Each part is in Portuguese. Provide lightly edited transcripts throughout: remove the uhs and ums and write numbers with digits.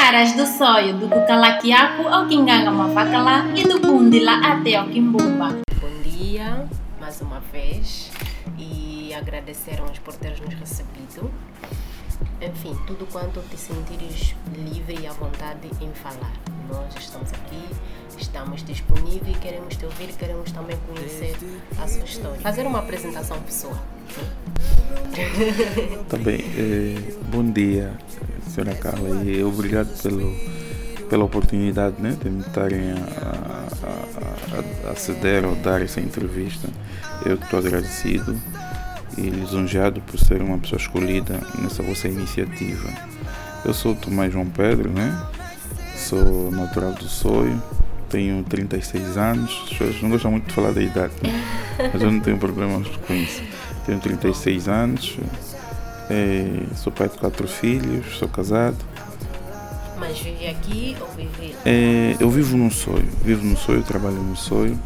caras do sonho, do Cucalaquiaco ao Quinganga Mavacalá e do Bundila até ao Quimbumba. Bom dia, mais uma vez, e agradecer-nos por teres nos recebido. Enfim, tudo quanto te sentires livre e à vontade em falar. Nós estamos aqui, estamos disponíveis, queremos te ouvir, queremos também conhecer a sua história. Fazer uma apresentação pessoal. Tá bem, bom dia, senhora Carla, e obrigado pela oportunidade, né, de me estarem a ceder ou dar essa entrevista. Eu estou agradecido e lisonjeado por ser uma pessoa escolhida nessa vossa iniciativa. Eu sou o Tomás João Pedro, né? Sou natural do Soio, tenho 36 anos, as pessoas não gostam muito de falar da idade, né? Mas eu não tenho problemas com isso. Tenho 36 anos, sou pai de 4 filhos, sou casado. Mas vive aqui ou vive? Eu vivo no Soio, trabalho no Soio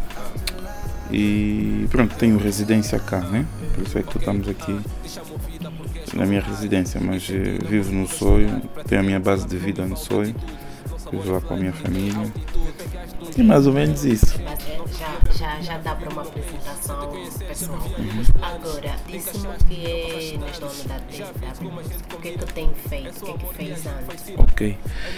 e pronto, tenho residência cá, né? Por isso é que estamos aqui na minha residência, mas vivo no Soio, tenho a minha base de vida no Soio, vivo lá com a minha família e mais ou menos isso. Já dá para uma apresentação pessoal. Agora, disse-me que és dono da TW. O que é que tem feito? O que é que fez antes? Ok.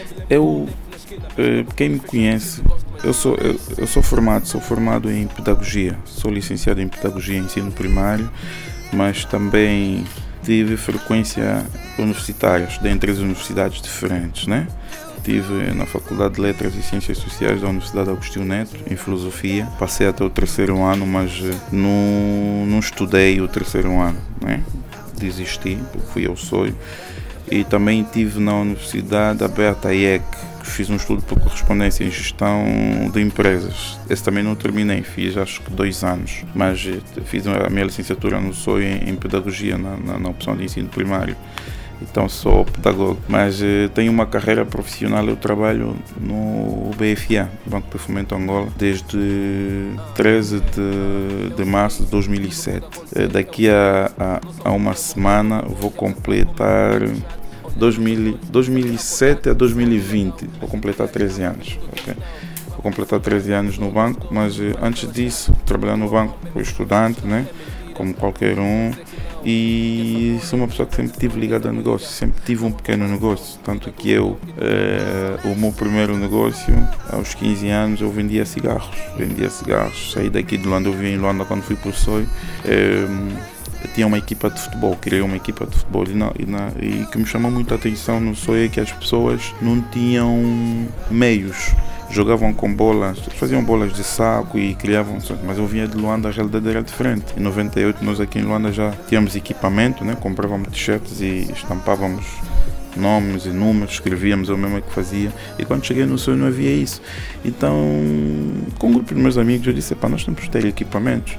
Quem me conhece, eu sou formado em pedagogia, sou licenciado em pedagogia e ensino primário, mas também tive frequência universitária, estudei em 3 universidades diferentes, né? Estive na Faculdade de Letras e Ciências Sociais da Universidade Agostinho Neto, em Filosofia. Passei até o 3º ano, mas não estudei o 3º ano, né? Desisti, porque fui ao Soio. E também estive na Universidade Aberta IEC, que fiz um estudo por correspondência em gestão de empresas. Esse também não terminei, fiz acho que 2 anos, mas fiz a minha licenciatura no Soio em Pedagogia, na opção de ensino primário. Então sou pedagogo, mas tenho uma carreira profissional. Eu trabalho no BFA, Banco de Fomento Angola, desde 13 de março de 2007. Daqui a uma semana vou completar 2007 a 2020, vou completar 13 anos. Okay? Vou completar 13 anos no banco, mas antes disso, trabalhar no banco, fui estudante, né? Como qualquer um. E sou uma pessoa que sempre estive ligada a negócios, sempre tive um pequeno negócio, tanto que o meu primeiro negócio, aos 15 anos, eu vendia cigarros, saí daqui de Luanda, eu vim em Luanda quando fui para o Soio, tinha uma equipa de futebol, criei uma equipa de futebol e que me chamou muito a atenção no Soio é que as pessoas não tinham meios. Jogavam com bolas, faziam bolas de saco e criavam, mas eu vinha de Luanda, a realidade era diferente. Em 98 nós aqui em Luanda já tínhamos equipamento, né? Comprávamos t-shirts e estampávamos nomes e números, escrevíamos, eu mesmo que fazia. E quando cheguei no Soio não havia isso. Então, com um grupo de meus amigos, eu disse, nós temos que ter equipamentos.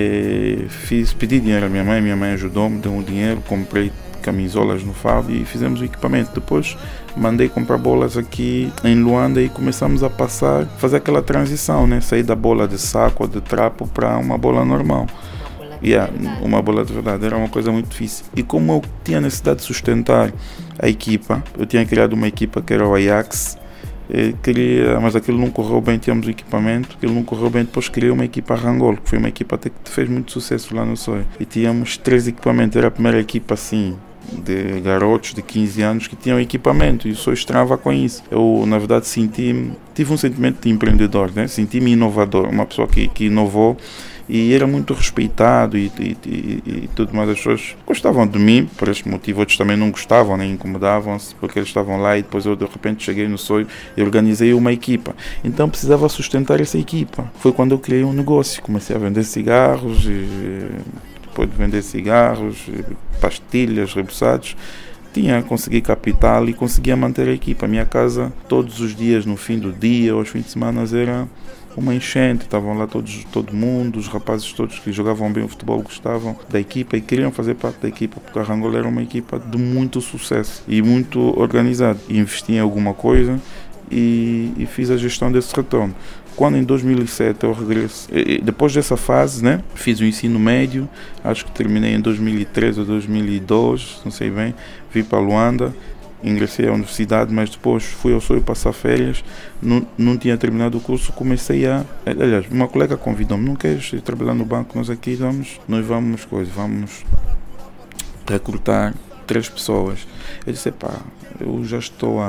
Pedi dinheiro à minha mãe ajudou-me, deu um dinheiro, comprei camisolas no FAV e fizemos o equipamento. Depois mandei comprar bolas aqui em Luanda e começamos a fazer aquela transição, né? Sair da bola de saco ou de trapo para uma bola normal. Uma bola de verdade, era uma coisa muito difícil. E como eu tinha necessidade de sustentar a equipa, eu tinha criado uma equipa que era o Ajax, mas aquilo não correu bem, tínhamos o equipamento, aquilo não correu bem, depois criei uma equipa Rangol, que foi uma equipa até que fez muito sucesso lá no Soio. E tínhamos 3 equipamentos, era a primeira equipa assim, de garotos de 15 anos que tinham equipamento e eu só estranhava com isso. Eu, na verdade, tive um sentimento de empreendedor, né? Senti-me inovador, uma pessoa que inovou e era muito respeitado e tudo mais. As pessoas gostavam de mim por este motivo, outros também não gostavam, nem incomodavam-se porque eles estavam lá e depois eu de repente cheguei no Soio e organizei uma equipa. Então precisava sustentar essa equipa. Foi quando eu criei um negócio, comecei a vender cigarros e depois de vender cigarros, pastilhas, reboçados, consegui capital e conseguia manter a equipa. A minha casa, todos os dias, no fim do dia, aos fins de semana, era uma enchente. Estavam lá todo mundo, os rapazes todos que jogavam bem o futebol gostavam da equipa e queriam fazer parte da equipa, porque a Rangol era uma equipa de muito sucesso e muito organizada. Investi em alguma coisa e fiz a gestão desse retorno. Quando em 2007 eu regresso, depois dessa fase, né, fiz o ensino médio, acho que terminei em 2013 ou 2002, não sei bem, vim para Luanda ingressei à universidade, mas depois fui ao sonho passar férias, não tinha terminado o curso, comecei aliás, uma colega convidou-me, não queres ir trabalhar no banco, nós aqui vamos recrutar 3 pessoas. Eu disse, eu já estou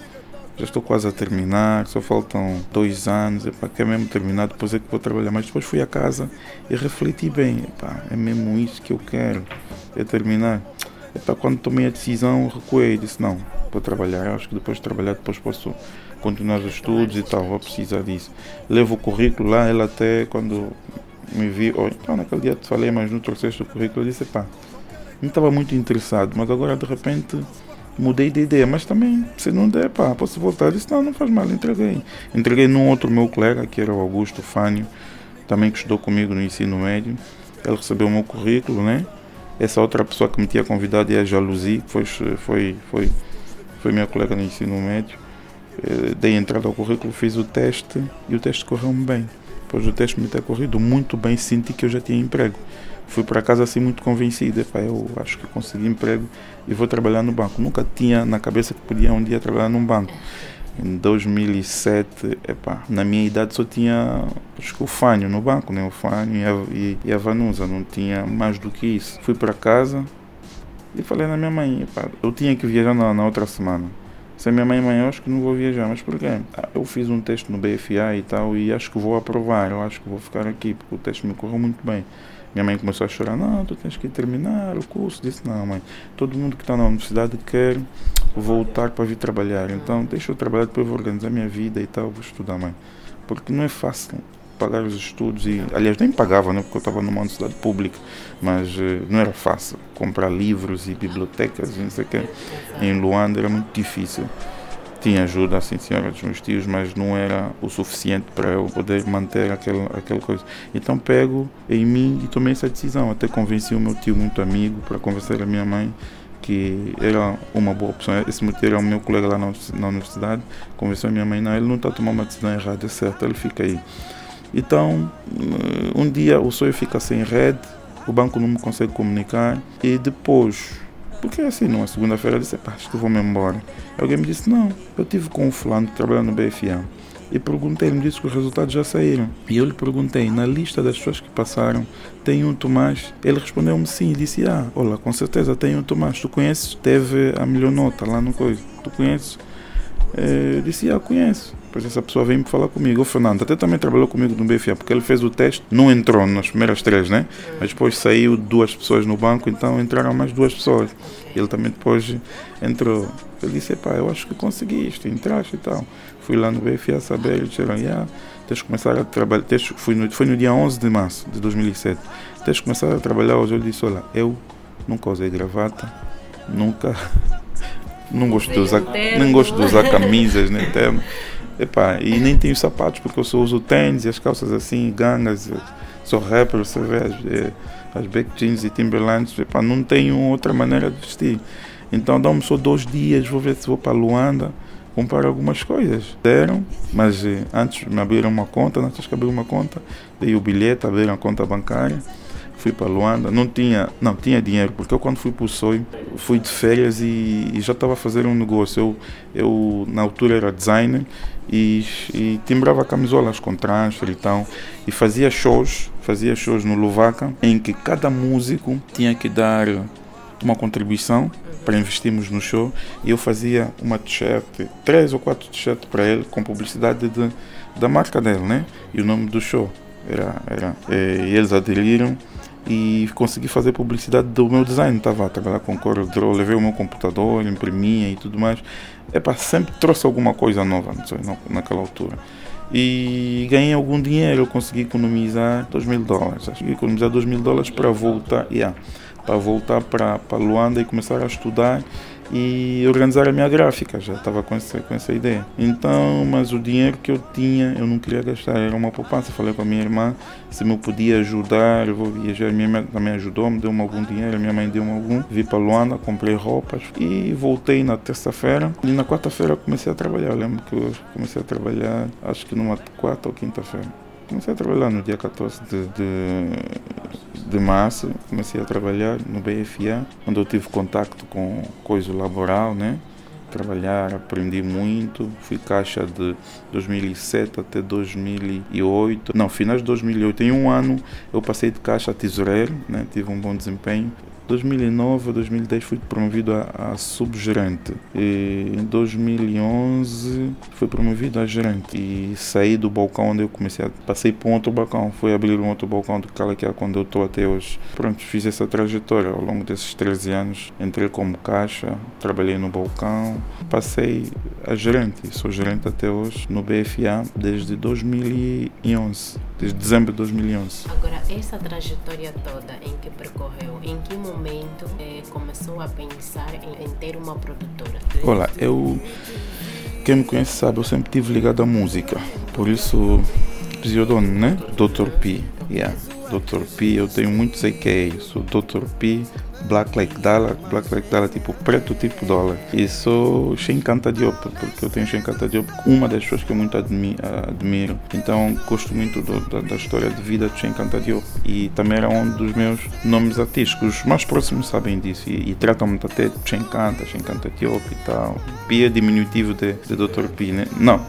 quase a terminar, só faltam 2 anos, quero mesmo terminar, depois é que vou trabalhar. Mas depois fui a casa e refleti bem, é mesmo isso que eu quero, é terminar. Quando tomei a decisão, recuei e disse, não, vou trabalhar, acho que depois de trabalhar, depois posso continuar os estudos e tal, vou precisar disso. Levo o currículo lá, ela até quando me viu, então naquele dia te falei, mas não trouxeste o currículo, eu disse, não estava muito interessado, mas agora de repente mudei de ideia, mas também, se não der, posso voltar. Eu disse, não faz mal, entreguei num outro meu colega, que era o Augusto Fânio, também que estudou comigo no ensino médio. Ele recebeu o meu currículo, né? Essa outra pessoa que me tinha convidado é a Jalusi, que foi minha colega no ensino médio. Dei entrada ao currículo, fiz o teste e o teste correu-me bem. Depois do teste me ter corrido muito bem, senti que eu já tinha emprego. Fui para casa assim muito convencido, eu acho que consegui emprego e vou trabalhar no banco. Nunca tinha na cabeça que podia um dia trabalhar num banco. Em 2007, na minha idade só tinha, acho que o Fânio no banco, né? O Fânio e a Vanusa, não tinha mais do que isso. Fui para casa e falei na minha mãe, eu tinha que viajar na outra semana. Se a minha mãe, eu acho que não vou viajar, mas por quê? Eu fiz um teste no BFA e tal e acho que vou aprovar, eu acho que vou ficar aqui, porque o teste me correu muito bem. Minha mãe começou a chorar, não, tu tens que terminar o curso. Disse, não mãe, todo mundo que está na universidade quer voltar para vir trabalhar, então deixa eu trabalhar, depois vou organizar minha vida e tal, vou estudar, mãe. Porque não é fácil pagar os estudos, e aliás nem pagava, né, porque eu estava numa universidade pública, mas não era fácil comprar livros e bibliotecas, não sei o que. Em Luanda era muito difícil. Tinha ajuda, assim, senhora dos meus tios, mas não era o suficiente para eu poder manter aquela coisa. Então pego em mim e tomei essa decisão. Até convenci o meu tio muito amigo para convencer a minha mãe que era uma boa opção. Esse meu tio era o meu colega lá na universidade. Convenceu a minha mãe, não, ele não está a tomar uma decisão errada, é certo, ele fica aí. Então, um dia o sonho fica sem rede, o banco não me consegue comunicar e depois... Porque assim, numa segunda-feira eu disse, acho que vou-me embora. Alguém me disse, não, eu estive com um fulano que trabalha no BFA e perguntei, ele me disse que os resultados já saíram. E eu lhe perguntei, na lista das pessoas que passaram, tem um Tomás? Ele respondeu-me sim, e disse, olha, com certeza tem um Tomás, tu conheces? Teve a melhor nota lá no coisa, tu conheces? Eu disse, conheço. Depois essa pessoa veio me falar comigo, o Fernando até também trabalhou comigo no BFA, porque ele fez o teste, não entrou nas primeiras 3, né? Mas depois saiu 2 pessoas no banco, então entraram mais 2 pessoas. Ele também depois entrou. Ele disse, eu acho que conseguiste, entraste e tal. Fui lá no BFA saber, eles disseram, tens de começar a trabalhar, foi no dia 11 de março de 2007, tens de começar a trabalhar hoje. Eu disse, olha, eu nunca usei gravata, nunca... Não gosto de usar camisas, nem terno. E nem tenho sapatos, porque eu só uso tênis e as calças assim, gangas. Sou rapper, você vê as back jeans e Timberlands. Não tenho outra maneira de vestir. Então dão-me só 2 dias, vou ver se vou para Luanda comprar algumas coisas. Deram, mas antes me abriram uma conta, antes que abrir uma conta, dei o bilhete, abriram a conta bancária. Fui para Luanda, tinha dinheiro, porque eu quando fui para o sonho, fui de férias e já estava a fazer um negócio. Eu na altura era designer e timbrava camisolas com transfer e tal, e fazia shows no Luvaca, em que cada músico tinha que dar uma contribuição para investirmos no show, e eu fazia uma t-shirt, 3 ou 4 t-shirts para ele, com publicidade da marca dele, né? E o nome do show e eles aderiram. E consegui fazer publicidade do meu design. Estava a trabalhar com CorelDRAW, levei o meu computador, imprimia e tudo mais. Sempre trouxe alguma coisa nova, não sei, naquela altura. E ganhei algum dinheiro, eu consegui economizar $2.000. Acho que economizar $2.000 para voltar para Luanda e começar a estudar e organizar a minha gráfica. Já estava com essa ideia. Então, mas o dinheiro que eu tinha, eu não queria gastar, era uma poupança. Falei com a minha irmã se me podia ajudar, eu vou viajar. Minha irmã também ajudou, me deu algum dinheiro, minha mãe deu algum. Vi para Luanda, comprei roupas e voltei na terça-feira. E na quarta-feira comecei a trabalhar. Eu lembro que eu comecei a trabalhar, acho que numa quarta ou quinta-feira. Comecei a trabalhar no dia 14 de março, comecei a trabalhar no BFA, onde eu tive contacto com coisa laboral, né? trabalhar, aprendi muito. Fui caixa de 2007 até 2008. Não, finais de 2008. Em um ano eu passei de caixa a tesoureiro, né? Tive um bom desempenho. 2009 a 2010 fui promovido a subgerente. E em 2011 fui promovido a gerente e saí do balcão onde eu passei para um outro balcão, fui abrir um outro balcão do Calaquiá onde eu estou até hoje. Pronto, fiz essa trajetória ao longo desses 13 anos. Entrei como caixa, trabalhei no balcão, passei a gerente. Sou gerente até hoje no BFA desde 2011. Desde dezembro de 2011. Agora, essa trajetória toda em que percorreu, em que momento começou a pensar em ter uma produtora? Olha, quem me conhece sabe, eu sempre estive ligado à música. Por isso, pseudônimo, né? Dr. P. Yeah. Dr. P, eu tenho muitos AKA. Sou Dr. P, Black Like Dollar, tipo preto tipo dólar. E sou Shenkanta Diop, porque eu tenho Shenkanta Diop, uma das pessoas que eu muito admiro. Então gosto muito da história de vida de Shenkanta Diop. E também era um dos meus nomes artísticos. Os mais próximos sabem disso e tratam-me até de Shenkanta Diop e tal. P é diminutivo de Dr. P, né? Não,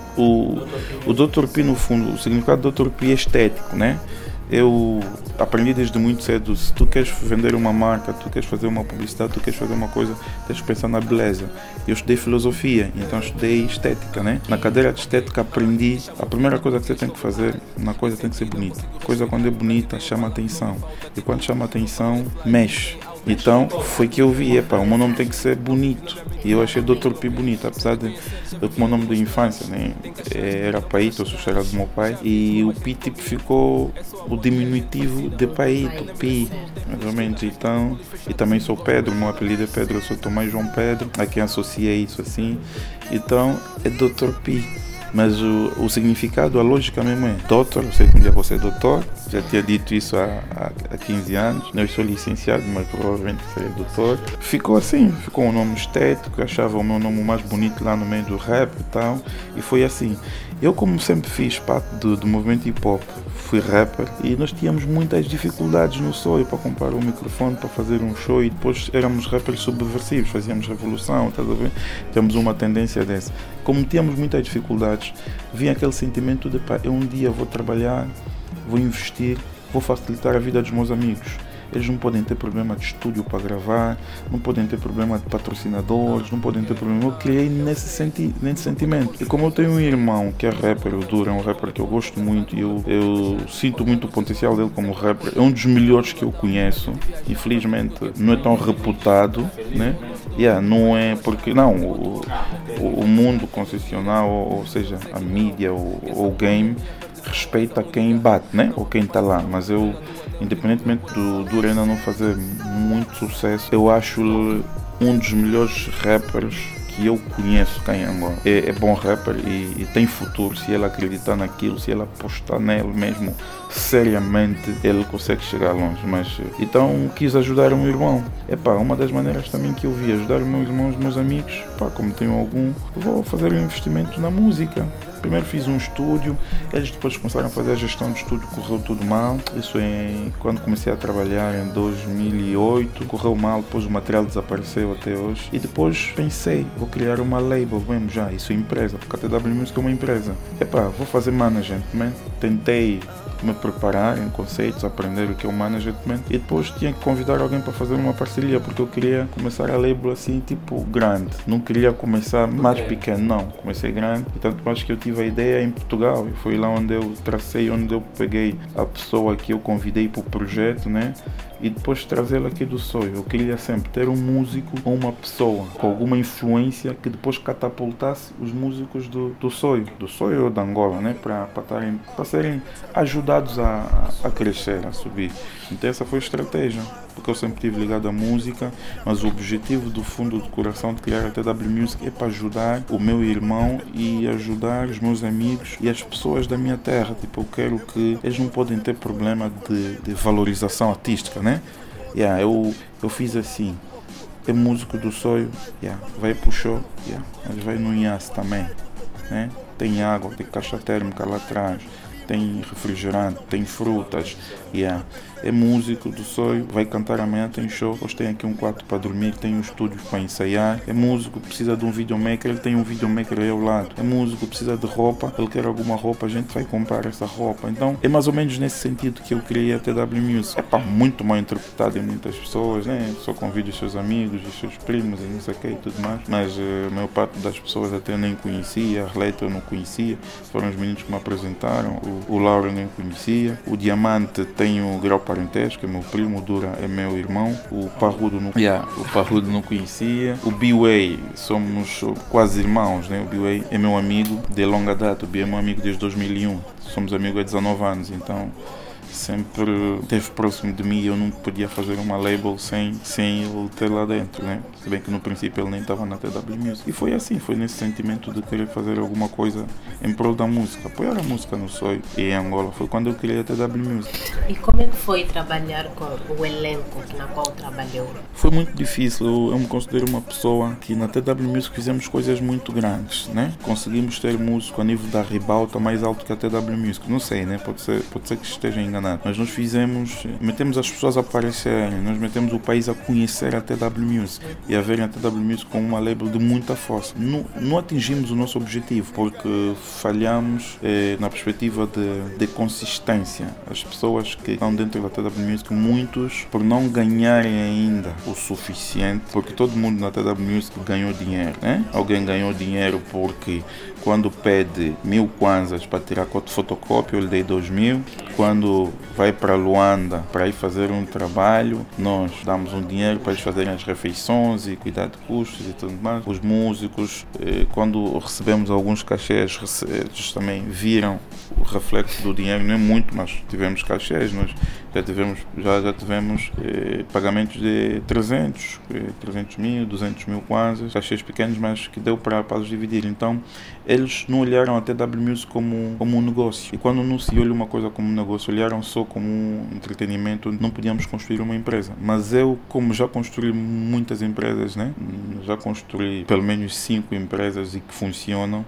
o Dr. P no fundo, o significado do Dr. P é estético, né? Eu aprendi desde muito cedo, se tu queres vender uma marca, tu queres fazer uma publicidade, tu queres fazer uma coisa, tens que pensar na beleza. Eu estudei filosofia, então estudei estética, né? Na cadeira de estética aprendi, a primeira coisa que você tem que fazer, uma coisa tem que ser bonita. A coisa quando é bonita chama atenção, e quando chama atenção, mexe. Então foi que eu vi, o meu nome tem que ser bonito. E eu achei Dr. P bonito, apesar de o meu nome de infância, né? Era Paito, eu sou cheirado do meu pai. E o P tipo ficou o diminutivo de Paito, P, mais ou menos. Então, e também sou Pedro, meu apelido é Pedro, eu sou Tomás João Pedro, a quem associa isso assim. Então é Dr. P. Mas o significado, a lógica mesmo é doutor, eu sei que um dia você é doutor, já tinha dito isso há 15 anos, eu sou licenciado, mas provavelmente serei doutor. Ficou assim, ficou um nome estético, eu achava o meu nome mais bonito lá no meio do rap e tal, e foi assim. Eu, como sempre fiz parte do movimento hip hop, fui rapper e nós tínhamos muitas dificuldades no sonho para comprar um microfone, para fazer um show, e depois éramos rappers subversivos, fazíamos revolução, estás a ver? Temos uma tendência dessa. Como tínhamos muitas dificuldades, vinha aquele sentimento de eu um dia vou trabalhar, vou investir, vou facilitar a vida dos meus amigos. Eles não podem ter problema de estúdio para gravar, não podem ter problema de patrocinadores, não podem ter problema. Eu criei nesse sentimento. E como eu tenho um irmão que é rapper, o Dura, é um rapper que eu gosto muito e eu sinto muito o potencial dele como rapper. É um dos melhores que eu conheço. Infelizmente não é tão reputado, né? Não é porque não, o mundo concessional, ou seja, a mídia ou o game respeita quem bate, né? Ou quem está lá, mas eu, independentemente do Dura ainda não fazer muito sucesso, eu acho um dos melhores rappers que eu conheço cá em Angola. É bom rapper e tem futuro. Se ele acreditar naquilo, se ele apostar nele mesmo seriamente, ele consegue chegar longe. Então quis ajudar o meu irmão. Uma das maneiras também que eu vi ajudar o meu irmão, os meus amigos, como tenho algum, vou fazer um investimento na música. Primeiro fiz um estúdio, eles depois começaram a fazer a gestão do estúdio, correu tudo mal. Isso quando comecei a trabalhar em 2008, correu mal, depois o material desapareceu até hoje. E depois pensei, vou criar uma label mesmo já, isso é empresa, porque a TW Music é uma empresa. Vou fazer management, né? Tentei me preparar em conceitos, aprender o que é o management, e depois tinha que convidar alguém para fazer uma parceria, porque eu queria começar a label assim, tipo, grande. Não queria começar mais pequeno, não. Comecei grande, e tanto mais que eu tive a ideia em Portugal, e foi lá onde eu tracei, onde eu peguei a pessoa que eu convidei para o projeto, né? E depois trazê-lo aqui do sonho. Eu queria sempre ter um músico ou uma pessoa com alguma influência que depois catapultasse os músicos do sonho ou da Angola, né? Para serem ajudados a crescer, a subir. Então essa foi a estratégia, porque eu sempre estive ligado à música, mas o objetivo do fundo do coração de criar a TW Music é para ajudar o meu irmão e ajudar os meus amigos e as pessoas da minha terra. Tipo, eu quero que eles não podem ter problema de valorização artística, né? Eu fiz assim, é músico do sonho, vai pro show, mas vai no IAS também, né? Tem água, tem caixa térmica lá atrás, tem refrigerante, tem frutas, é músico do sonho, vai cantar amanhã, tem show, hoje tem aqui um quarto para dormir, tem um estúdio para ensaiar, é músico, precisa de um videomaker, ele tem um videomaker aí ao lado, é músico, precisa de roupa, ele quer alguma roupa, a gente vai comprar essa roupa. Então é mais ou menos nesse sentido que eu criei a TW Music. Muito mal interpretado em muitas pessoas, né? Só convido os seus amigos, os seus primos e não sei o que e tudo mais, mas a maior parte das pessoas até nem conhecia, a Arleta eu não conhecia, foram os meninos que me apresentaram, o Lauro eu nem conhecia, o Diamante tem o grau parentesco, é meu primo, o Dura é meu irmão, o Parrudo não conhecia, o B-Way, somos quase irmãos, né? O B-Way é meu amigo de longa data, o B é meu amigo desde 2001, somos amigos há 19 anos, então sempre esteve próximo de mim e eu não podia fazer uma label sem ele ter lá dentro, né? Se bem que no princípio ele nem estava na TW Music. E foi assim, foi nesse sentimento de querer fazer alguma coisa em prol da música, apoiar a música no Soy e em Angola. Foi quando eu criei a TW Music. E como é que foi trabalhar com o elenco na qual trabalhou? Foi muito difícil, eu me considero uma pessoa que na TW Music fizemos coisas muito grandes, né? Conseguimos ter músico a nível da ribalta mais alto que a TW Music, não sei, né? Pode ser que esteja enganado. Mas nós metemos as pessoas a aparecerem, nós metemos o país a conhecer a TW Music e a verem a TW Music como uma label de muita força. Não atingimos o nosso objetivo porque falhamos na perspectiva de consistência. As pessoas que estão dentro da TW Music, muitos por não ganharem ainda o suficiente, porque todo mundo na TW Music ganhou dinheiro, né? Alguém ganhou dinheiro porque quando pede 1000 kwanzas para tirar fotocópia, eu lhe dei 2000. Quando vai para Luanda para ir fazer um trabalho, nós damos um dinheiro para eles fazerem as refeições e cuidar de custos e tudo mais. Os músicos, quando recebemos alguns cachês, eles também viram o reflexo do dinheiro, não é muito, mas tivemos cachês, nós já tivemos pagamentos de 300 mil, 200 mil kwanzas, cachês pequenos, mas que deu para os dividir. Então, eles não olharam a TW Music como um negócio. E quando não se olha uma coisa como um negócio, olharam só como um entretenimento, não podíamos construir uma empresa. Mas eu, como já construí muitas empresas, né? Já construí pelo menos 5 empresas e que funcionam,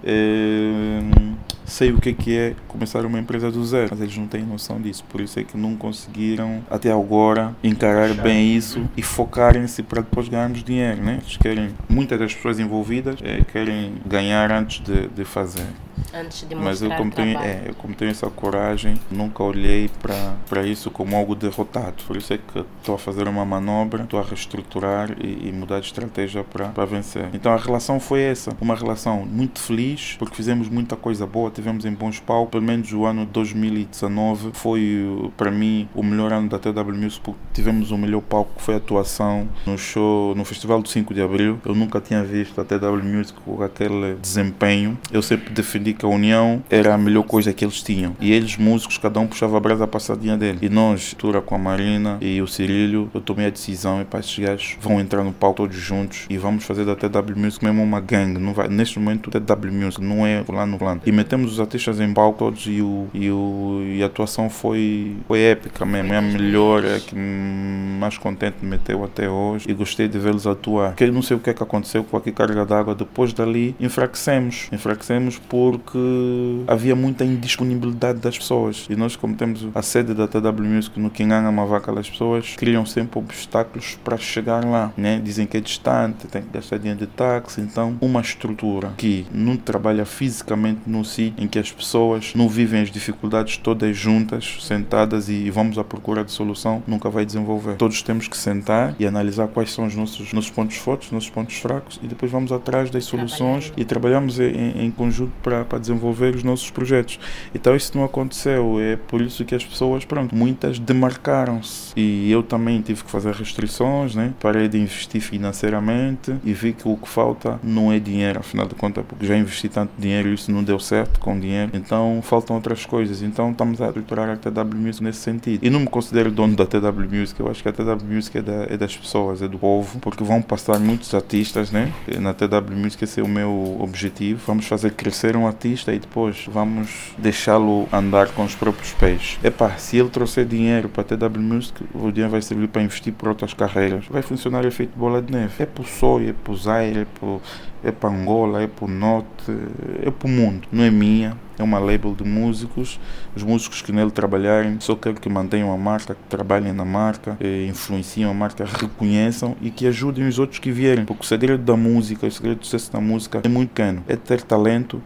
sei o que é começar uma empresa do zero. Mas eles não têm noção disso. Por isso é que não conseguiram, até agora, encarar bem isso e focarem-se para depois ganharmos dinheiro, né? Eles querem, muitas das pessoas envolvidas querem ganhar antes de fazer. Antes de mas mostrar eu como tenho essa coragem, nunca olhei para isso como algo derrotado. Por isso é que estou a fazer uma manobra, estou a reestruturar e mudar de estratégia para vencer. Então a relação foi essa, uma relação muito feliz, porque fizemos muita coisa boa, tivemos em bons palcos. Pelo menos o ano 2019 foi para mim o melhor ano da TW Music, porque tivemos o melhor palco, que foi a atuação no show, no Festival do 5 de Abril. Eu nunca tinha visto a TW Music com aquele desempenho. Eu sempre defendi que a união era a melhor coisa que eles tinham. E eles, músicos, cada um puxava a brasa passadinha dele. E nós, com a Marina e o Cirílio, eu tomei a decisão, e para esses gajos vão entrar no palco todos juntos e vamos fazer da TW Music mesmo uma gangue. Não vai, neste momento, o TW Music não é fulano. E metemos os artistas em palco todos e a atuação foi épica mesmo. É a melhor, é a que mais contente me meteu até hoje e gostei de vê-los atuar. Que eu não sei o que é que aconteceu com a carga d'água. Depois dali, enfraquecemos porque havia muita indisponibilidade das pessoas. E nós, como temos a sede da TW Music no Quinganga, Mavaca, as pessoas criam sempre obstáculos para chegar lá, né? Dizem que é distante, tem que gastar dinheiro de táxi. Então, uma estrutura que não trabalha fisicamente no sítio, em que as pessoas não vivem as dificuldades todas juntas, sentadas e vamos à procura de solução, nunca vai desenvolver. Todos temos que sentar e analisar quais são os nossos pontos fortes, nossos pontos fracos e depois vamos atrás das soluções e trabalhamos em conjunto para desenvolver os nossos projetos. Então isso não aconteceu, é por isso que as pessoas, muitas demarcaram-se e eu também tive que fazer restrições, né? Parei de investir financeiramente e vi que o que falta não é dinheiro, afinal de contas, porque já investi tanto dinheiro e isso não deu certo com dinheiro, então faltam outras coisas. Então estamos a estruturar a TW Music nesse sentido. E não me considero dono da TW Music, eu acho que a TW Music é das pessoas, é do povo, porque vão passar muitos artistas, né? Na TW Music esse é o meu objetivo, vamos fazer crescer um artista vista e depois vamos deixá-lo andar com os próprios pés. Se ele trouxer dinheiro para a TW Music, o dinheiro vai servir para investir por outras carreiras. Vai funcionar efeito bola de neve. É para o Soy, é para o Zaire, é para Angola, é para o Norte, é para o mundo. Não é minha, é uma label de músicos. Os músicos que nele trabalharem, só quero que mantenham a marca, que trabalhem na marca, influenciem a marca, reconheçam e que ajudem os outros que vierem. Porque o segredo da música, o segredo do sucesso da música é muito pequeno. É ter talento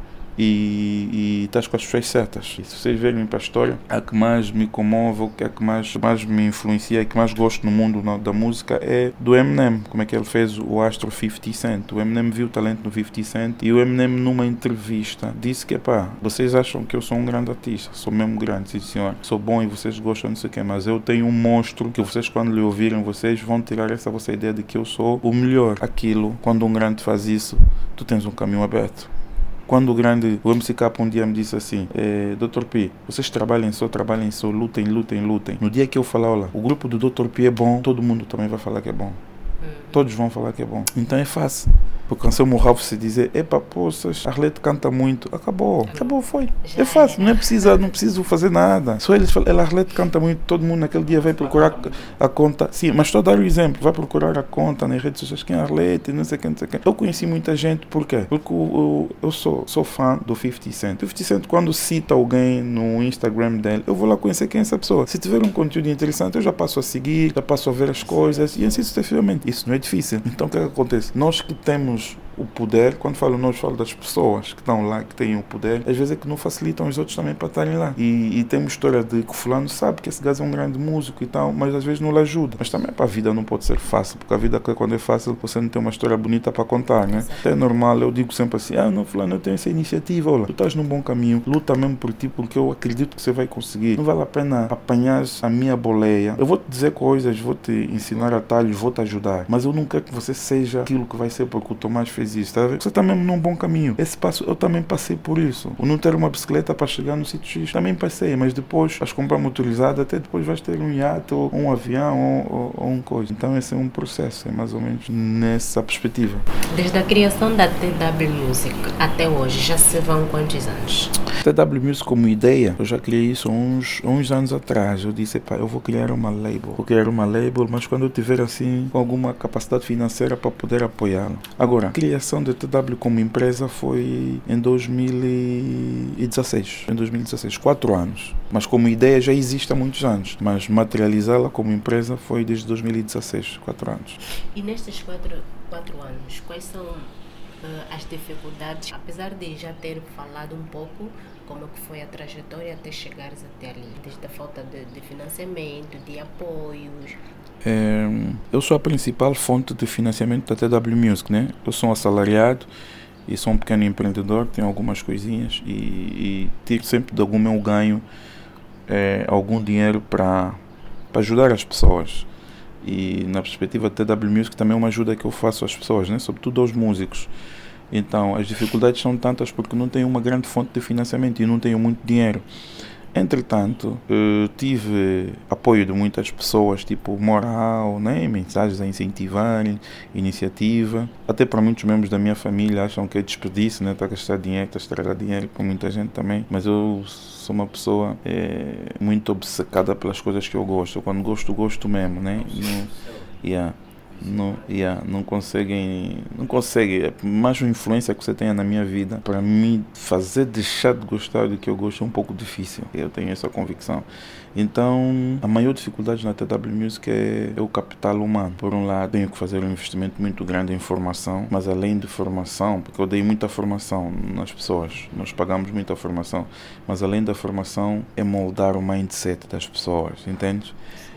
e estás com as pessoas certas. E se vocês verem para a história, a que mais me comove, a que mais me influencia, a que mais gosto no mundo da música é do Eminem. Como é que ele fez o astro 50 Cent. O Eminem viu o talento no 50 Cent e o Eminem numa entrevista disse que vocês acham que eu sou um grande artista, sou mesmo grande, sim senhor, sou bom e vocês gostam, não sei o que, mas eu tenho um monstro que vocês, quando lhe ouvirem, vocês vão tirar essa vossa ideia de que eu sou o melhor. Aquilo, quando um grande faz isso, tu tens um caminho aberto. Quando o MC Cap um dia me disse assim, Dr. P, vocês trabalhem só, lutem. No dia que eu falar, olha, o grupo do Dr. P é bom, todo mundo também vai falar que é bom. Todos vão falar que é bom. Então é fácil. Porque Anselmo Ralph se dizer, poças, Arlete canta muito. Acabou, foi. É fácil, não preciso fazer nada. Só eles falam, Arlete canta muito, todo mundo naquele dia vai procurar a conta. Sim, mas estou a dar o exemplo, vai procurar a conta nas redes sociais, quem é Arlete, não sei quem. Eu conheci muita gente, por quê? Porque eu sou fã do 50 Cent. O 50 Cent, quando cita alguém no Instagram dele, eu vou lá conhecer quem é essa pessoa. Se tiver um conteúdo interessante, eu já passo a seguir, já passo a ver as coisas e assim sucessivamente. Isso não é difícil. Então o que acontece? Nós que temos o poder, quando falo nós, falo das pessoas que estão lá, que têm o poder, às vezes é que não facilitam os outros também para estarem lá. E tem uma história de que o fulano sabe que esse gajo é um grande músico e tal, mas às vezes não lhe ajuda. Mas também para a vida não pode ser fácil, porque a vida quando é fácil, você não tem uma história bonita para contar, né? É normal, eu digo sempre assim, não, fulano, eu tenho essa iniciativa, olha, tu estás num bom caminho, luta mesmo por ti, porque eu acredito que você vai conseguir. Não vale a pena apanhar a minha boleia. Eu vou te dizer coisas, vou te ensinar atalhos, vou te ajudar, mas eu não quero que você seja aquilo que vai ser porque o Tomás fez isso, tá? Você está mesmo num bom caminho. Esse passo, eu também passei por isso. O não ter uma bicicleta para chegar no sítio X, também passei, mas depois vais comprar motorizada, até depois vais ter um iate ou um avião ou um coisa. Então esse é um processo, é mais ou menos nessa perspectiva. Desde a criação da TW Music até hoje, já se vão quantos anos? TW Music como ideia, eu já criei isso uns anos atrás. Eu disse, eu vou criar uma label, mas quando eu tiver assim, com alguma capacidade financeira para poder apoiá-la. Agora, a criação da TW como empresa foi em 2016. 4 anos. Mas como ideia já existe há muitos anos. Mas materializá-la como empresa foi desde 2016, 4 anos. E nestes 4 anos, quais são as dificuldades, apesar de já ter falado um pouco como que foi a trajetória até chegares até ali, desde a falta de financiamento, de apoios? Eu sou a principal fonte de financiamento da TW Music, né? Eu sou um assalariado e sou um pequeno empreendedor, tenho algumas coisinhas e tiro sempre de algum meu ganho algum dinheiro para ajudar as pessoas. E na perspectiva da TW Music também é uma ajuda que eu faço às pessoas, né? Sobretudo aos músicos. Então as dificuldades são tantas porque não tenho uma grande fonte de financiamento e não tenho muito dinheiro. Entretanto, tive apoio de muitas pessoas, tipo moral, né? Mensagens a incentivarem, iniciativa. Até para muitos membros da minha família acham que é desperdício, né? Está a gastar dinheiro, está a estragar dinheiro, para muita gente também. Mas eu sou uma pessoa muito obcecada pelas coisas que eu gosto. Quando gosto mesmo, né? Não consegue, mais uma influência que você tenha na minha vida, para mim fazer deixar de gostar do que eu gosto é um pouco difícil, eu tenho essa convicção. Então a maior dificuldade na TW Music é o capital humano. Por um lado, tenho que fazer um investimento muito grande em formação, mas além de formação, porque eu dei muita formação nas pessoas, nós pagamos muita formação, mas além da formação é moldar o mindset das pessoas, entende?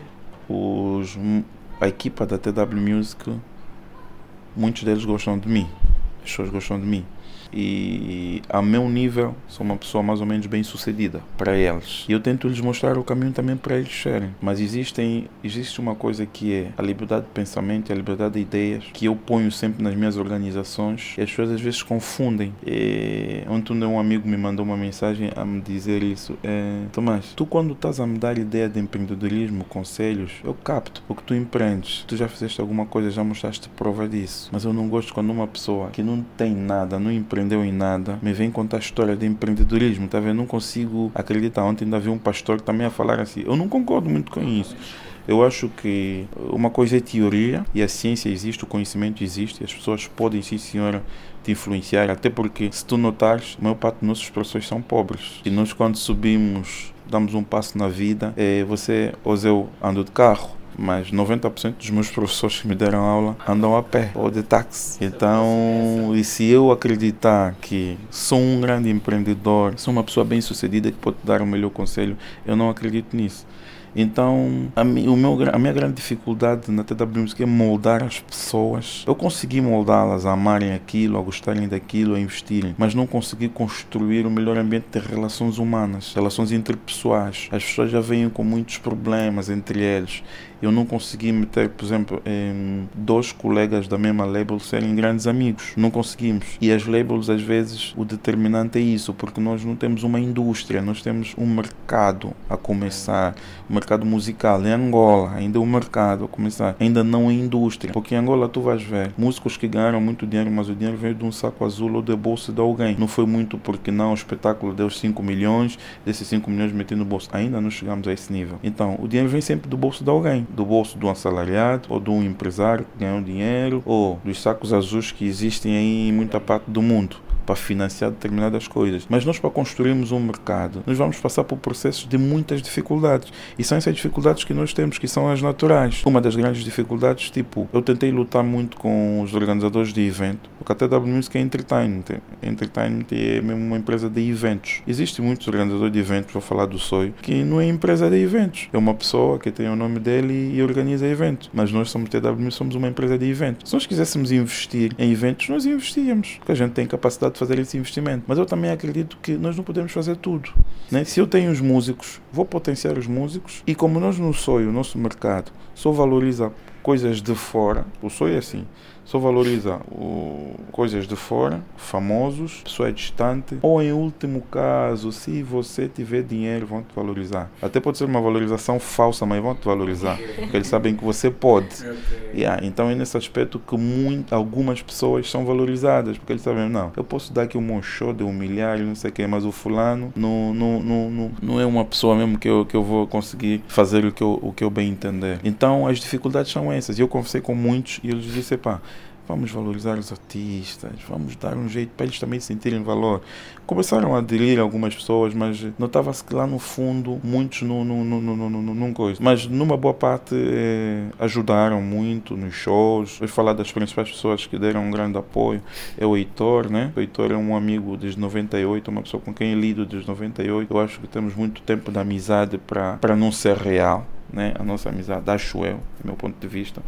A equipa da TW Music, muitos deles gostam de mim, as pessoas gostam de mim. E a meu nível, sou uma pessoa mais ou menos bem sucedida para eles. E eu tento lhes mostrar o caminho também para eles serem. Mas existe uma coisa que é a liberdade de pensamento e a liberdade de ideias, que eu ponho sempre nas minhas organizações. E as pessoas às vezes confundem. Ontem um amigo me mandou uma mensagem a me dizer isso. Tomás, tu quando estás a me dar ideia de empreendedorismo, conselhos, eu capto, porque tu empreendes. Tu já fizeste alguma coisa, já mostraste prova disso. Mas eu não gosto quando uma pessoa que não tem nada, não empreende, empreendeu em nada, me vem contar a história de empreendedorismo, tá vendo? Não consigo acreditar. Ontem ainda vi um pastor também a falar assim. Eu não concordo muito com isso. Eu acho que uma coisa é teoria, e a ciência existe, o conhecimento existe, e as pessoas podem, sim senhora, te influenciar, até porque, se tu notares, a maior parte dos nossos professores são pobres. E nós, quando subimos, damos um passo na vida, você, ou eu ando de carro, mas 90% dos meus professores que me deram aula andam a pé ou de táxi. Então, e se eu acreditar que sou um grande empreendedor, sou uma pessoa bem-sucedida que pode dar o melhor conselho, eu não acredito nisso. Então, a minha grande dificuldade na TW Music é moldar as pessoas. Eu consegui moldá-las a amarem aquilo, a gostarem daquilo, a investirem, mas não consegui construir o melhor ambiente de relações humanas, relações interpessoais. As pessoas já vêm com muitos problemas entre eles. Eu não consegui meter, por exemplo, dois colegas da mesma label serem grandes amigos. Não conseguimos. E as labels, às vezes, o determinante é isso, porque nós não temos uma indústria, nós temos um mercado a começar. O mercado musical em Angola, ainda é um mercado a começar, ainda não é indústria. Porque em Angola tu vais ver músicos que ganharam muito dinheiro, mas o dinheiro veio de um saco azul ou de bolsa de alguém. Não foi muito porque não, o espetáculo deu 5 milhões, desses 5 milhões meti no bolso. Ainda não chegamos a esse nível. Então, o dinheiro vem sempre do bolso de alguém. Do bolso de um assalariado, ou de um empresário que ganhou dinheiro, ou dos sacos azuis que existem aí em muita parte do mundo para financiar determinadas coisas. Mas nós, para construirmos um mercado, nós vamos passar por processos de muitas dificuldades. E são essas dificuldades que nós temos, que são as naturais. Uma das grandes dificuldades, eu tentei lutar muito com os organizadores de evento, porque a TW Music é entertainment. Entertainment é mesmo uma empresa de eventos. Existem muitos organizadores de eventos, vou falar do Soio, que não é empresa de eventos. É uma pessoa que tem o nome dele e organiza eventos. Mas nós somos TW Music, somos uma empresa de eventos. Se nós quiséssemos investir em eventos, nós investíamos, porque a gente tem capacidade de fazer esse investimento. Mas eu também acredito que nós não podemos fazer tudo, né? Se eu tenho os músicos, vou potenciar os músicos, e como nós no Soio, o nosso mercado, só valoriza coisas de fora, o Soio é assim, só valoriza coisas de fora, famosos, pessoa distante, ou em último caso, se você tiver dinheiro, vão te valorizar. Até pode ser uma valorização falsa, mas vão te valorizar, porque eles sabem que você pode. Então é nesse aspecto que algumas pessoas são valorizadas, porque eles sabem, não, eu posso dar aqui um show de humilhar, não sei o que, mas o fulano não é uma pessoa mesmo que eu vou conseguir fazer o que eu bem entender. Então as dificuldades são essas. E eu conversei com muitos e eles disseram, vamos valorizar os artistas, vamos dar um jeito para eles também sentirem valor. Começaram a aderir algumas pessoas, mas notava-se que lá no fundo muitos não coisa. Mas numa boa parte ajudaram muito nos shows. Vou falar das principais pessoas que deram um grande apoio. É o Heitor, né? O Heitor é um amigo desde 98, uma pessoa com quem eu lido desde 98. Eu acho que temos muito tempo de amizade para não ser real, né? A nossa amizade, acho eu, do meu ponto de vista.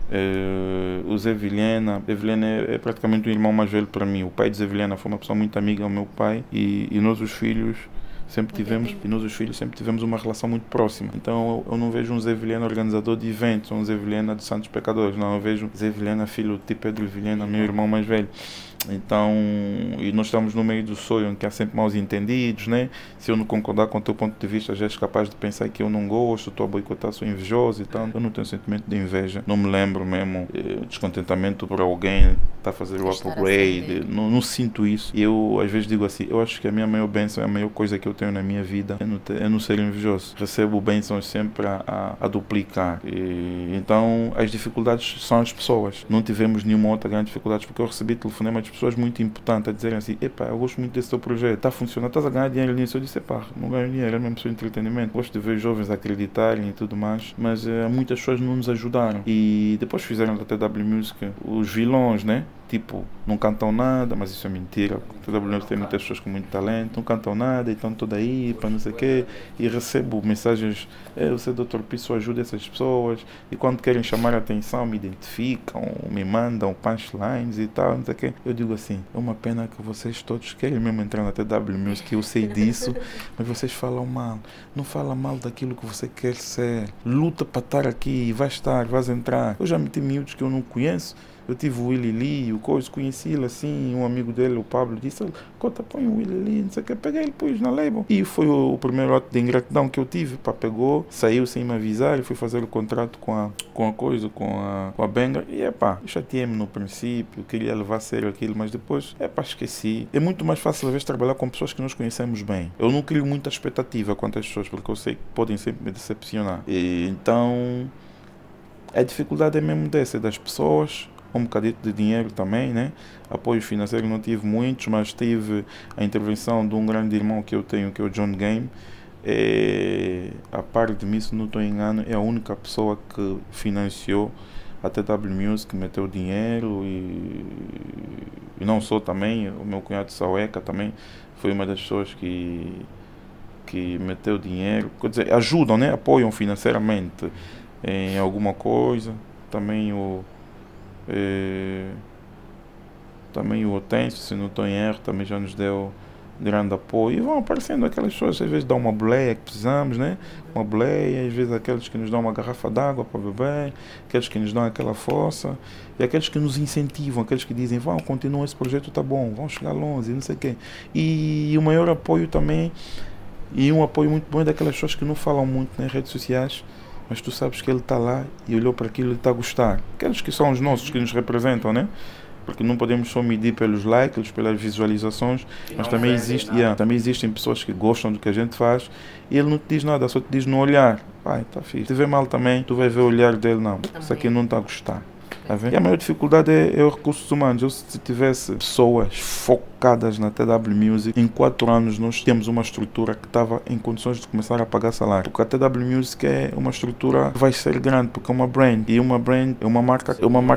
O Zé Vilhena é praticamente um irmão mais velho para mim. O pai de Zé Vilhena foi uma pessoa muito amiga ao meu pai e nós os filhos sempre tivemos uma relação muito próxima. Então eu não vejo um Zé Vilhena organizador de eventos, um Zé Vilhena de Santos Pecadores, não, eu vejo Zé Vilhena filho de Pedro Vilhena, meu irmão mais velho. Então, e nós estamos no meio do sonho, em que há sempre maus entendidos, né? Se eu não concordar com o teu ponto de vista, já és capaz de pensar que eu não gosto, estou a boicotar, sou invejoso e tal. Eu não tenho sentimento de inveja, não me lembro mesmo descontentamento por alguém está a fazer o upgrade, não sinto isso. E eu às vezes digo assim, eu acho que a minha maior bênção, a maior coisa que eu tenho na minha vida é não ser invejoso. Recebo bênçãos sempre a duplicar. Então as dificuldades são as pessoas. Não tivemos nenhuma outra grande dificuldade, porque eu recebi telefonema de pessoas muito importantes a dizerem assim, eu gosto muito desse teu projeto, está funcionando, estás a ganhar dinheiro nisso. Eu disse, não ganho dinheiro, é mesmo seu entretenimento. Gosto de ver jovens acreditarem e tudo mais, mas muitas pessoas não nos ajudaram. E depois fizeram da TW Music os vilões, né? Tipo, não cantam nada, mas isso é mentira. A TW Music tem muitas pessoas com muito talento, não cantam nada, então estou daí para não sei o quê. E recebo mensagens, você Dr. Pisso ajuda essas pessoas, e quando querem chamar a atenção me identificam, me mandam punchlines e tal, não sei o quê. Eu digo assim, é uma pena que vocês todos querem mesmo entrar na TW Music, eu sei disso, mas vocês falam mal. Não fala mal daquilo que você quer ser. Luta para estar aqui, vais entrar. Eu já meti miúdos que eu não conheço, Eu tive o Willy Lee, o coisa, conheci ele assim, um amigo dele, o Pablo, disse, Cota, põe o Willy Lee, não sei o que, peguei ele, pus na label. E foi o primeiro ato de ingratidão que eu tive, pá, pegou, saiu sem me avisar, e fui fazer o contrato com a Benga, e pá, chateei-me no princípio, queria levar a sério aquilo, mas depois, esqueci. É muito mais fácil, às vezes, trabalhar com pessoas que nós conhecemos bem. Eu não crio muita expectativa quanto às pessoas, porque eu sei que podem sempre me decepcionar. E, então, a dificuldade é mesmo dessa, é das pessoas, um bocadinho de dinheiro também, né? Apoio financeiro não tive muitos, mas tive a intervenção de um grande irmão que eu tenho, que é o John Game. A par de mim, se não estou engano, é a única pessoa que financiou a TW Music, meteu dinheiro e não só também, o meu cunhado Saueca também foi uma das pessoas que meteu dinheiro, quer dizer, ajudam, né? Apoiam financeiramente em alguma coisa. Também o Otêncio, se não estou em erro, também já nos deu grande apoio. E vão aparecendo aquelas pessoas, às vezes dão uma boleia que precisamos, né? Uma boleia, às vezes aqueles que nos dão uma garrafa d'água para beber, aqueles que nos dão aquela força, e aqueles que nos incentivam, aqueles que dizem, vão, continua, esse projeto está bom, vão chegar longe, não sei o quê. E o maior apoio também, e um apoio muito bom é daquelas pessoas que não falam muito nas redes sociais, mas tu sabes que ele está lá e olhou para aquilo e está a gostar. Aqueles que são os nossos, que nos representam, né? Porque não podemos só medir pelos likes, pelas visualizações, mas também existem pessoas que gostam do que a gente faz e ele não te diz nada, só te diz no olhar. Pai, tá fixe. Se te vê mal também, tu vai ver o olhar dele, não. Isso aqui não está a gostar. Tá vendo? E a maior dificuldade é os recursos humanos. Eu, se tivesse pessoas focadas na TW Music, em 4 anos nós temos uma estrutura que estava em condições de começar a pagar salário. Porque a TW Music é uma estrutura que vai ser grande, porque é uma brand. E uma brand é uma marca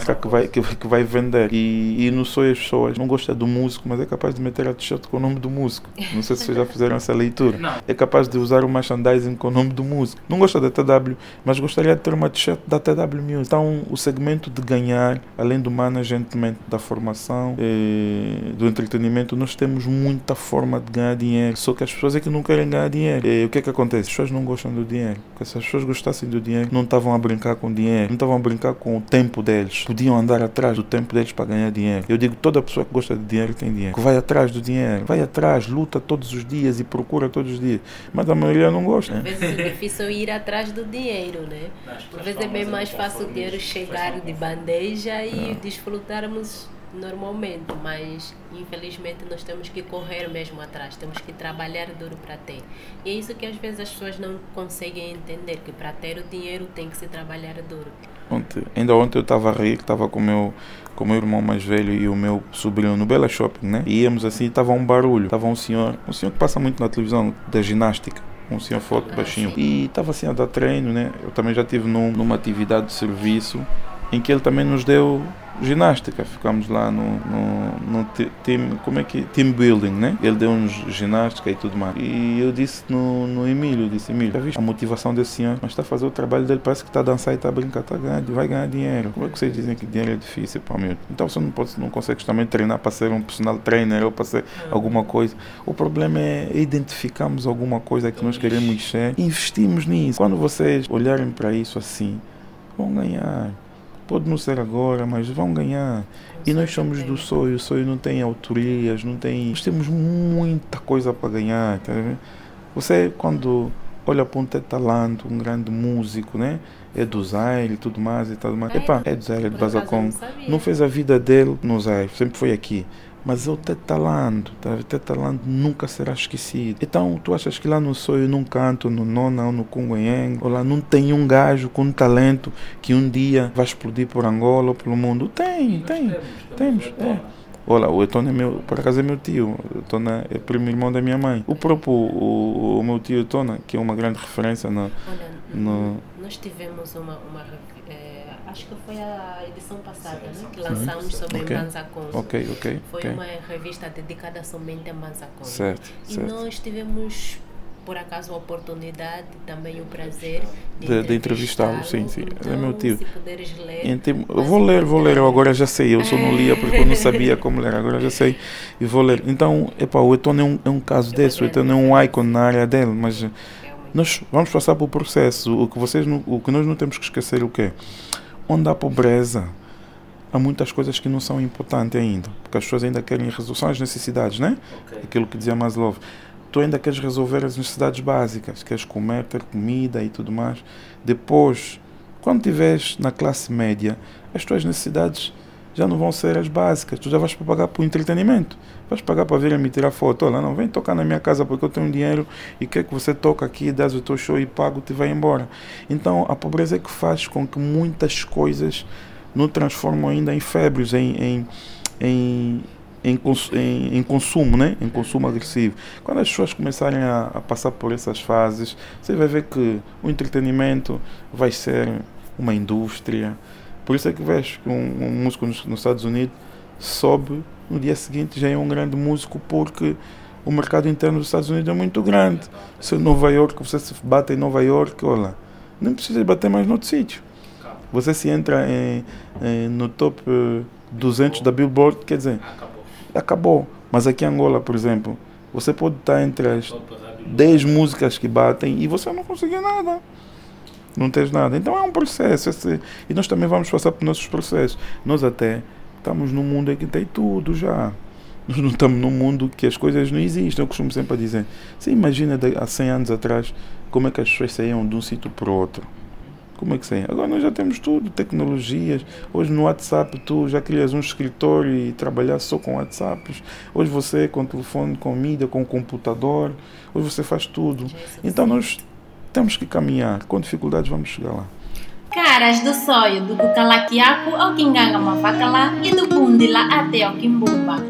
que vai vender. E não sou as pessoas, não gosta do músico, mas é capaz de meter a t-shirt com o nome do músico. Não sei se vocês já fizeram essa leitura. Não. É capaz de usar o merchandising com o nome do músico. Não gosta da TW, mas gostaria de ter uma t-shirt da TW Music. Então, o segmento de ganhar, além do management, da formação, do entretenimento, nós temos muita forma de ganhar dinheiro, só que as pessoas é que não querem ganhar dinheiro. O que é que acontece? As pessoas não gostam do dinheiro, porque se as pessoas gostassem do dinheiro, não estavam a brincar com o dinheiro, não estavam a brincar com o tempo deles, podiam andar atrás do tempo deles para ganhar dinheiro. Eu digo, toda pessoa que gosta de dinheiro tem dinheiro, que vai atrás do dinheiro, vai atrás, luta todos os dias e procura todos os dias, mas a maioria não gosta. Às vezes é difícil ir atrás do dinheiro, né? Às vezes é bem mais fácil o dinheiro chegar de bandeja e desfrutarmos normalmente, mas infelizmente nós temos que correr mesmo atrás, temos que trabalhar duro para ter. E é isso que às vezes as pessoas não conseguem entender, que para ter o dinheiro tem que se trabalhar duro. Ainda ontem eu estava a rir, estava com o meu irmão mais velho e o meu sobrinho no Bela Shopping, né? E íamos assim, estava um barulho, estava um senhor que passa muito na televisão, da ginástica, um senhor forte, baixinho, e estava assim a dar treino, né? Eu também já estive numa atividade de serviço em que ele também nos deu ginástica. Ficamos lá no team building, né? Ele deu-nos ginástica e tudo mais. E eu disse no Emílio, já viste a motivação desse senhor? Mas está a fazer o trabalho dele, parece que está a dançar e está a brincar, vai ganhar dinheiro. Como é que vocês dizem que dinheiro é difícil, pá, meu? Então você não consegue também treinar para ser um personal trainer ou para ser alguma coisa. O problema é identificarmos alguma coisa que nós queremos ser e investimos nisso. Quando vocês olharem para isso assim, vão ganhar. Pode não ser agora, mas vão ganhar. E nós somos do sonho. O sonho não tem autorias, não tem... Nós temos muita coisa para ganhar, tá vendo? Você, quando olha para um Tetalando, um grande músico, né? É do Zaire e tudo mais e tudo mais. É do Zaire, é do Bazacongo. Não fez a vida dele no Zaire, sempre foi aqui. Mas é o Tetalando, tá? O Tetalando nunca será esquecido. Então, tu achas que lá no Sonho, num canto, no Nona ou no Cunguenheng, ou lá não tem um gajo com um talento que um dia vai explodir por Angola ou pelo mundo? Temos. Olha, o Etona por acaso é meu tio. O Etona é primo irmão da minha mãe. O próprio, o meu tio Etona, que é uma grande referência Nós tivemos acho que foi a edição passada, né? Que lançamos sobre Manzaconso. Foi uma revista dedicada somente a Manzaconso. Certo. Nós tivemos, por acaso, a oportunidade, também o prazer de entrevistá-lo. Sim. Então, é meu tio. Se puderes ler... Eu vou ler, eu agora já sei. Eu só não lia porque eu não sabia como ler, agora já sei e vou ler. Então, o Etona é um caso desse, o Etona é um ícone na área dele, mas nós vamos passar por processo. O que nós não temos que esquecer é o quê? Onde há pobreza, há muitas coisas que não são importantes ainda, porque as pessoas ainda querem resolução às necessidades, né? Aquilo que dizia Maslow. Tu ainda queres resolver as necessidades básicas, queres comer, ter comida e tudo mais. Depois, quando estiveres na classe média, as tuas necessidades já não vão ser as básicas, tu já vais pagar por entretenimento, vais pagar para vir me tirar foto. Olha, não, vem tocar na minha casa porque eu tenho dinheiro e quer que você toque aqui, dás o teu show e pago e vai embora. Então a pobreza é que faz com que muitas coisas nos transformam ainda em febres, em consumo, né? Em consumo agressivo. Quando as pessoas começarem a passar por essas fases, você vai ver que o entretenimento vai ser uma indústria. Por isso é que vejo que um músico nos Estados Unidos sobe, no dia seguinte já é um grande músico, porque o mercado interno dos Estados Unidos é muito grande. Se em Nova York, você se bate em Nova York, olha, não precisa bater mais no outro sítio. Você se entra no top 200 da Billboard, quer dizer, acabou. Mas aqui em Angola, por exemplo, você pode estar entre as 10 músicas que batem e você não conseguir nada. Não tens nada. Então é um processo. E nós também vamos passar por nossos processos. Nós até estamos num mundo em que tem tudo já. Nós não estamos num mundo que as coisas não existem. Eu costumo sempre dizer. Você imagina há 100 anos atrás como é que as pessoas saíam de um sítio para o outro. Como é que saíam? Agora nós já temos tudo, tecnologias. Hoje no WhatsApp tu já crias um escritório e trabalhar só com WhatsApps. Hoje você com telefone, com mídia, com computador. Hoje você faz tudo. Então nós temos que caminhar. Com dificuldades vamos chegar lá. Caras do sonho do Kukalakiaku ao Kinganga Mafakala e do Pundila até ao Kimbumba.